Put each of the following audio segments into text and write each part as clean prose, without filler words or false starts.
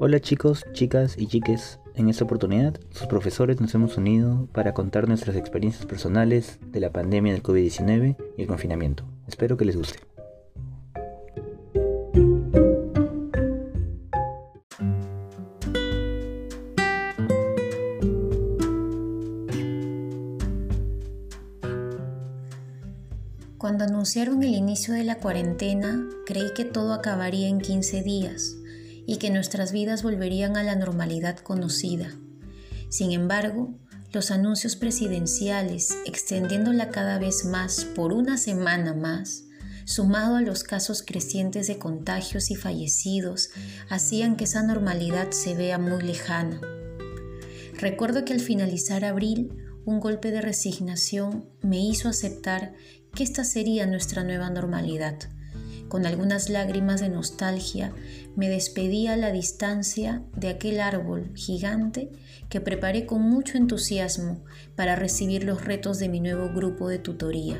Hola chicos, chicas y chiques. En esta oportunidad, sus profesores nos hemos unido para contar nuestras experiencias personales de la pandemia del COVID-19 y el confinamiento. Espero que les guste. Cuando anunciaron el inicio de la cuarentena, creí que todo acabaría en 15 días y que nuestras vidas volverían a la normalidad conocida. Sin embargo, los anuncios presidenciales, extendiéndola cada vez más por una semana más, sumado a los casos crecientes de contagios y fallecidos, hacían que esa normalidad se vea muy lejana. Recuerdo que al finalizar abril, un golpe de resignación me hizo aceptar que esta sería nuestra nueva normalidad. Con algunas lágrimas de nostalgia, me despedí a la distancia de aquel árbol gigante que preparé con mucho entusiasmo para recibir los retos de mi nuevo grupo de tutoría.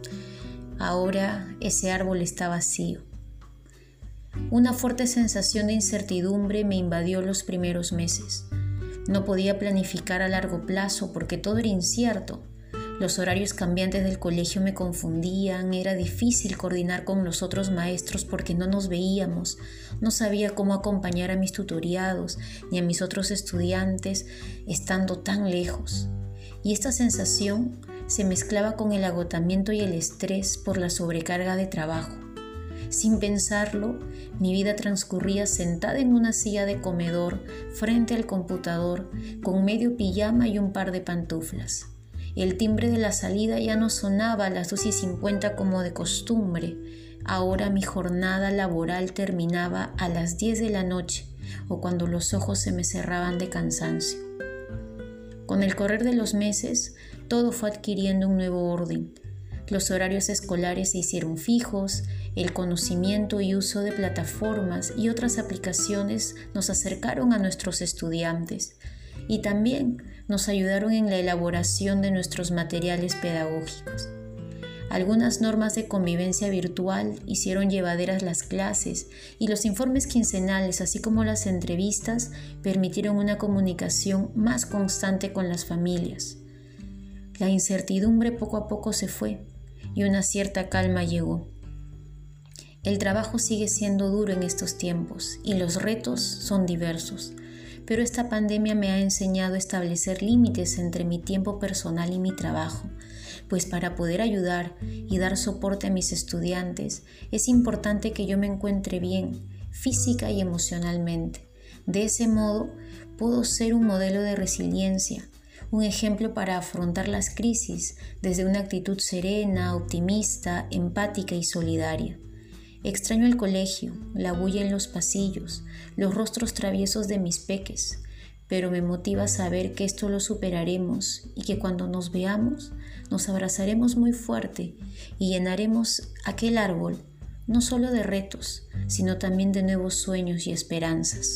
Ahora ese árbol está vacío. Una fuerte sensación de incertidumbre me invadió los primeros meses. No podía planificar a largo plazo porque todo era incierto. Los horarios cambiantes del colegio me confundían, era difícil coordinar con los otros maestros porque no nos veíamos, no sabía cómo acompañar a mis tutoriados ni a mis otros estudiantes estando tan lejos. Y esta sensación se mezclaba con el agotamiento y el estrés por la sobrecarga de trabajo. Sin pensarlo, mi vida transcurría sentada en una silla de comedor frente al computador con medio pijama y un par de pantuflas. El timbre de la salida ya no sonaba a las 2:50 como de costumbre. Ahora mi jornada laboral terminaba a las 10 de la noche o cuando los ojos se me cerraban de cansancio. Con el correr de los meses, todo fue adquiriendo un nuevo orden. Los horarios escolares se hicieron fijos, el conocimiento y uso de plataformas y otras aplicaciones nos acercaron a nuestros estudiantes y también nos ayudaron en la elaboración de nuestros materiales pedagógicos. Algunas normas de convivencia virtual hicieron llevaderas las clases y los informes quincenales, así como las entrevistas, permitieron una comunicación más constante con las familias. La incertidumbre poco a poco se fue y una cierta calma llegó. El trabajo sigue siendo duro en estos tiempos y los retos son diversos. Pero esta pandemia me ha enseñado a establecer límites entre mi tiempo personal y mi trabajo, pues para poder ayudar y dar soporte a mis estudiantes es importante que yo me encuentre bien, física y emocionalmente. De ese modo, puedo ser un modelo de resiliencia, un ejemplo para afrontar las crisis desde una actitud serena, optimista, empática y solidaria. Extraño el colegio, la bulla en los pasillos, los rostros traviesos de mis peques, pero me motiva saber que esto lo superaremos y que cuando nos veamos, nos abrazaremos muy fuerte y llenaremos aquel árbol no solo de retos, sino también de nuevos sueños y esperanzas.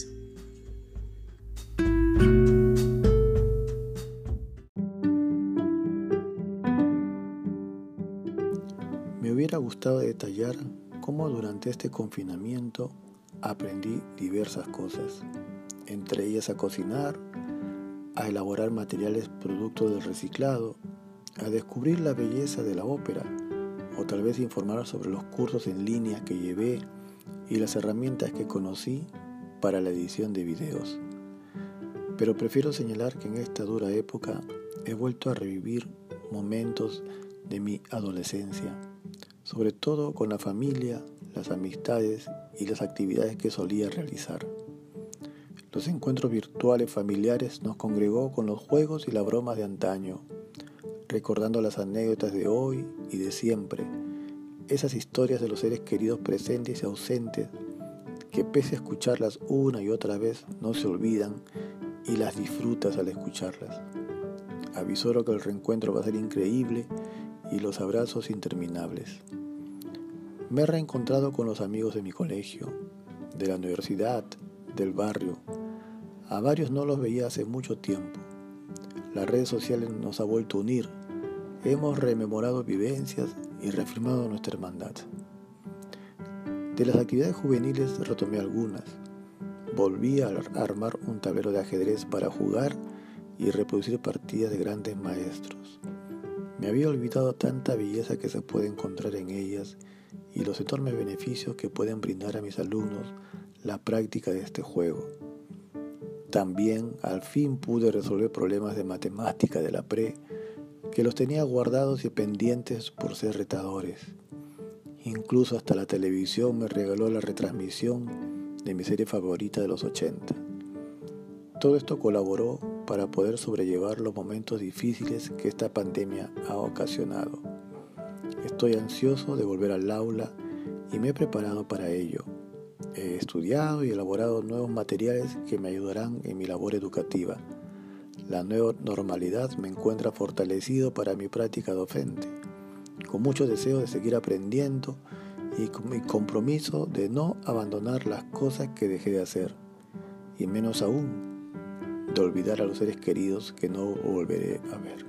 Me hubiera gustado detallar cómo durante este confinamiento aprendí diversas cosas, entre ellas a cocinar, a elaborar materiales producto del reciclado, a descubrir la belleza de la ópera, o tal vez informar sobre los cursos en línea que llevé y las herramientas que conocí para la edición de videos. Pero prefiero señalar que en esta dura época he vuelto a revivir momentos de mi adolescencia, sobre todo con la familia, las amistades y las actividades que solía realizar. Los encuentros virtuales familiares nos congregó con los juegos y las bromas de antaño, recordando las anécdotas de hoy y de siempre, esas historias de los seres queridos presentes y ausentes que pese a escucharlas una y otra vez no se olvidan y las disfrutas al escucharlas. Avisoro que el reencuentro va a ser increíble y los abrazos interminables. Me he reencontrado con los amigos de mi colegio, de la universidad, del barrio. A varios no los veía hace mucho tiempo. Las redes sociales nos ha vuelto a unir. Hemos rememorado vivencias y reafirmado nuestra hermandad. De las actividades juveniles retomé algunas. volví a armar un tablero de ajedrez para jugar y reproducir partidas de grandes maestros. Me había olvidado tanta belleza que se puede encontrar en ellas y los enormes beneficios que pueden brindar a mis alumnos la práctica de este juego. También al fin pude resolver problemas de matemática de la pre que los tenía guardados y pendientes por ser retadores. Incluso hasta la televisión me regaló la retransmisión de mi serie favorita de los 80. Todo esto colaboró para poder sobrellevar los momentos difíciles que esta pandemia ha ocasionado. Estoy ansioso de volver al aula y me he preparado para ello. He estudiado y elaborado nuevos materiales que me ayudarán en mi labor educativa. La nueva normalidad me encuentra fortalecido para mi práctica docente, con mucho deseo de seguir aprendiendo y con mi compromiso de no abandonar las cosas que dejé de hacer, y menos aún de olvidar a los seres queridos que no volveré a ver.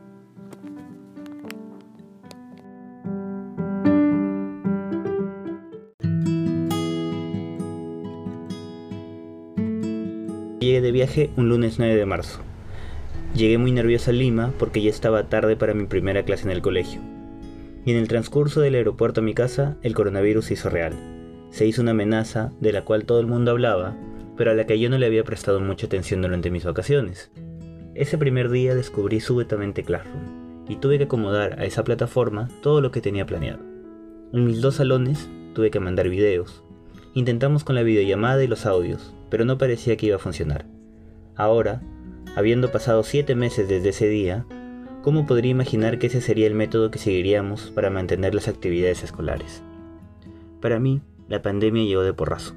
Llegué de viaje un lunes 9 de marzo. Llegué muy nerviosa a Lima porque ya estaba tarde para mi primera clase en el colegio. Y en el transcurso del aeropuerto a mi casa, el coronavirus se hizo real. Se hizo una amenaza de la cual todo el mundo hablaba, pero a la que yo no le había prestado mucha atención durante mis vacaciones. Ese primer día descubrí súbitamente Classroom y tuve que acomodar a esa plataforma todo lo que tenía planeado. En mis 2 salones tuve que mandar videos. Intentamos con la videollamada y los audios, pero no parecía que iba a funcionar. Ahora, habiendo pasado 7 meses desde ese día, ¿cómo podría imaginar que ese sería el método que seguiríamos para mantener las actividades escolares? Para mí, la pandemia llegó de porrazo.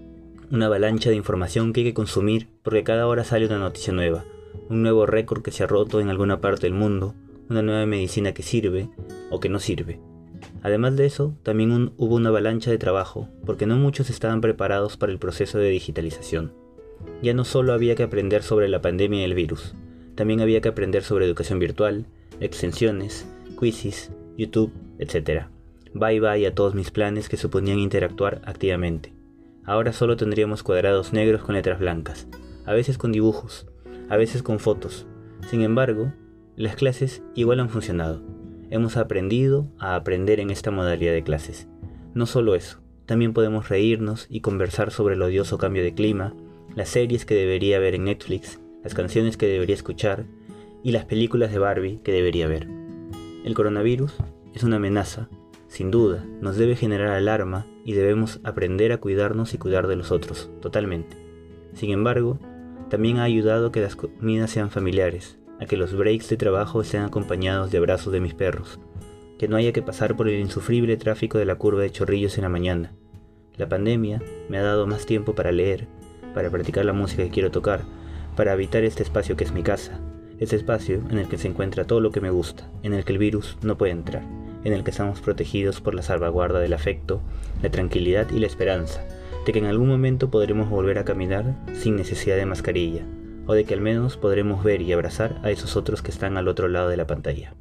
Una avalancha de información que hay que consumir porque cada hora sale una noticia nueva, un nuevo récord que se ha roto en alguna parte del mundo, una nueva medicina que sirve o que no sirve. Además de eso, también hubo una avalancha de trabajo, porque no muchos estaban preparados para el proceso de digitalización. Ya no solo había que aprender sobre la pandemia y el virus, también había que aprender sobre educación virtual, extensiones, quizzes, YouTube, etc. Bye a todos mis planes que suponían interactuar activamente. Ahora solo tendríamos cuadrados negros con letras blancas, a veces con dibujos, a veces con fotos. Sin embargo, las clases igual han funcionado. Hemos aprendido a aprender en esta modalidad de clases. No solo eso, también podemos reírnos y conversar sobre el odioso cambio de clima, las series que debería ver en Netflix, las canciones que debería escuchar y las películas de Barbie que debería ver. El coronavirus es una amenaza, sin duda, nos debe generar alarma y debemos aprender a cuidarnos y cuidar de los otros, totalmente. Sin embargo, también ha ayudado a que las comidas sean familiares, a que los breaks de trabajo estén acompañados de abrazos de mis perros, que no haya que pasar por el insufrible tráfico de la curva de Chorrillos en la mañana. La pandemia me ha dado más tiempo para leer, para practicar la música que quiero tocar, para habitar este espacio que es mi casa, este espacio en el que se encuentra todo lo que me gusta, en el que el virus no puede entrar, en el que estamos protegidos por la salvaguarda del afecto, la tranquilidad y la esperanza, de que en algún momento podremos volver a caminar sin necesidad de mascarilla, o de que al menos podremos ver y abrazar a esos otros que están al otro lado de la pantalla.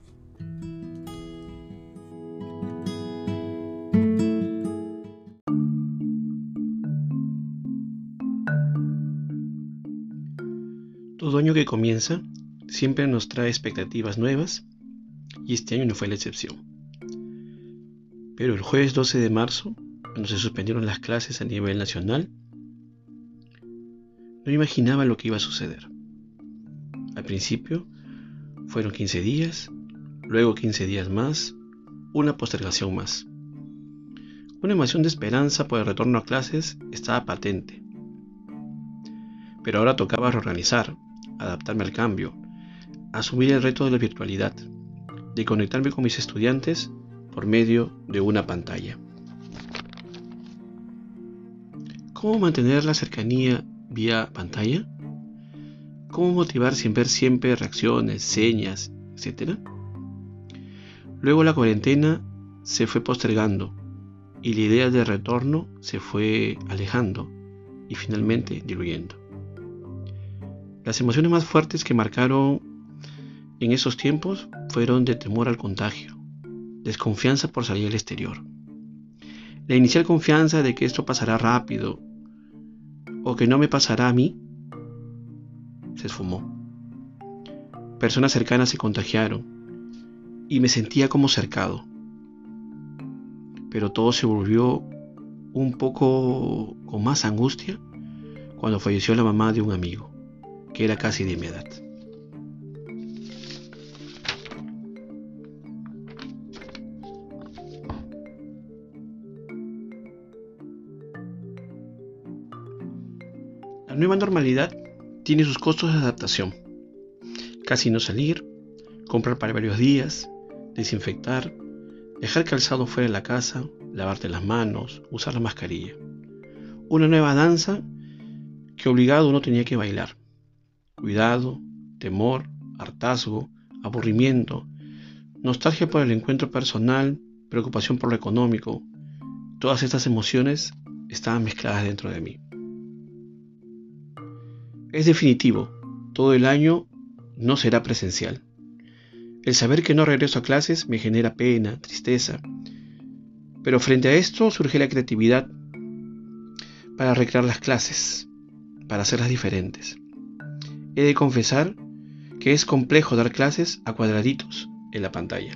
Todo año que comienza siempre nos trae expectativas nuevas y este año no fue la excepción. Pero el jueves 12 de marzo, cuando se suspendieron las clases a nivel nacional, no imaginaba lo que iba a suceder. Al principio fueron 15 días, luego 15 días más, una postergación más. Una emoción de esperanza por el retorno a clases estaba patente. Pero ahora tocaba reorganizar, adaptarme al cambio, asumir el reto de la virtualidad, de conectarme con mis estudiantes por medio de una pantalla. ¿Cómo mantener la cercanía vía pantalla? ¿Cómo motivar sin ver siempre reacciones, señas, etcétera? Luego la cuarentena se fue postergando y la idea de retorno se fue alejando y finalmente diluyendo. Las emociones más fuertes que marcaron en esos tiempos fueron de temor al contagio, desconfianza por salir al exterior, la inicial confianza de que esto pasará rápido o que no me pasará a mí, se esfumó. Personas cercanas se contagiaron y me sentía como cercado. Pero todo se volvió un poco con más angustia cuando falleció la mamá de un amigo, que era casi de mi edad. La nueva normalidad tiene sus costos de adaptación. Casi no salir, comprar para varios días, desinfectar, dejar calzado fuera de la casa, lavarte las manos, usar la mascarilla. Una nueva danza que obligado uno tenía que bailar. Cuidado, temor, hartazgo, aburrimiento, nostalgia por el encuentro personal, preocupación por lo económico. Todas estas emociones estaban mezcladas dentro de mí. Es definitivo, todo el año no será presencial. El saber que no regreso a clases me genera pena, tristeza. Pero frente a esto surge la creatividad para recrear las clases, para hacerlas diferentes. He de confesar que es complejo dar clases a cuadraditos en la pantalla.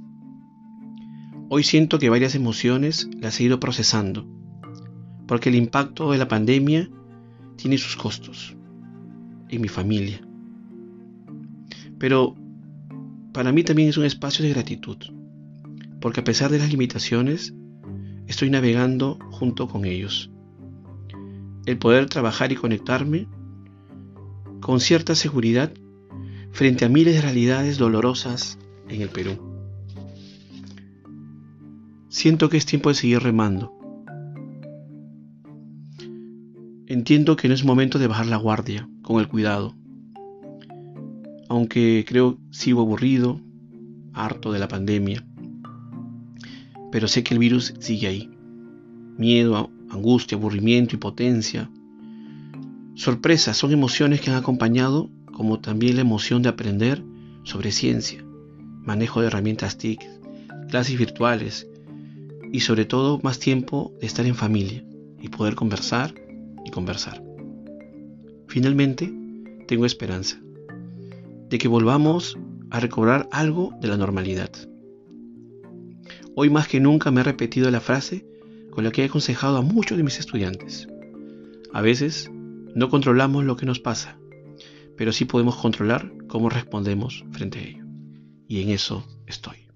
Hoy siento que varias emociones las he ido procesando, porque el impacto de la pandemia tiene sus costos en mi familia. Pero para mí también es un espacio de gratitud, porque a pesar de las limitaciones, estoy navegando junto con ellos. El poder trabajar y conectarme con cierta seguridad frente a miles de realidades dolorosas en el Perú. Siento que es tiempo de seguir remando. Entiendo que no es momento de bajar la guardia con el cuidado. Aunque creo sigo aburrido, harto de la pandemia. Pero sé que el virus sigue ahí. Miedo, angustia, aburrimiento, impotencia. Sorpresas son emociones que han acompañado, como también la emoción de aprender sobre ciencia, manejo de herramientas TIC, clases virtuales y sobre todo más tiempo de estar en familia y poder conversar y conversar. Finalmente, tengo esperanza de que volvamos a recobrar algo de la normalidad. Hoy más que nunca me he repetido la frase con la que he aconsejado a muchos de mis estudiantes. A veces no controlamos lo que nos pasa, pero sí podemos controlar cómo respondemos frente a ello. Y en eso estoy.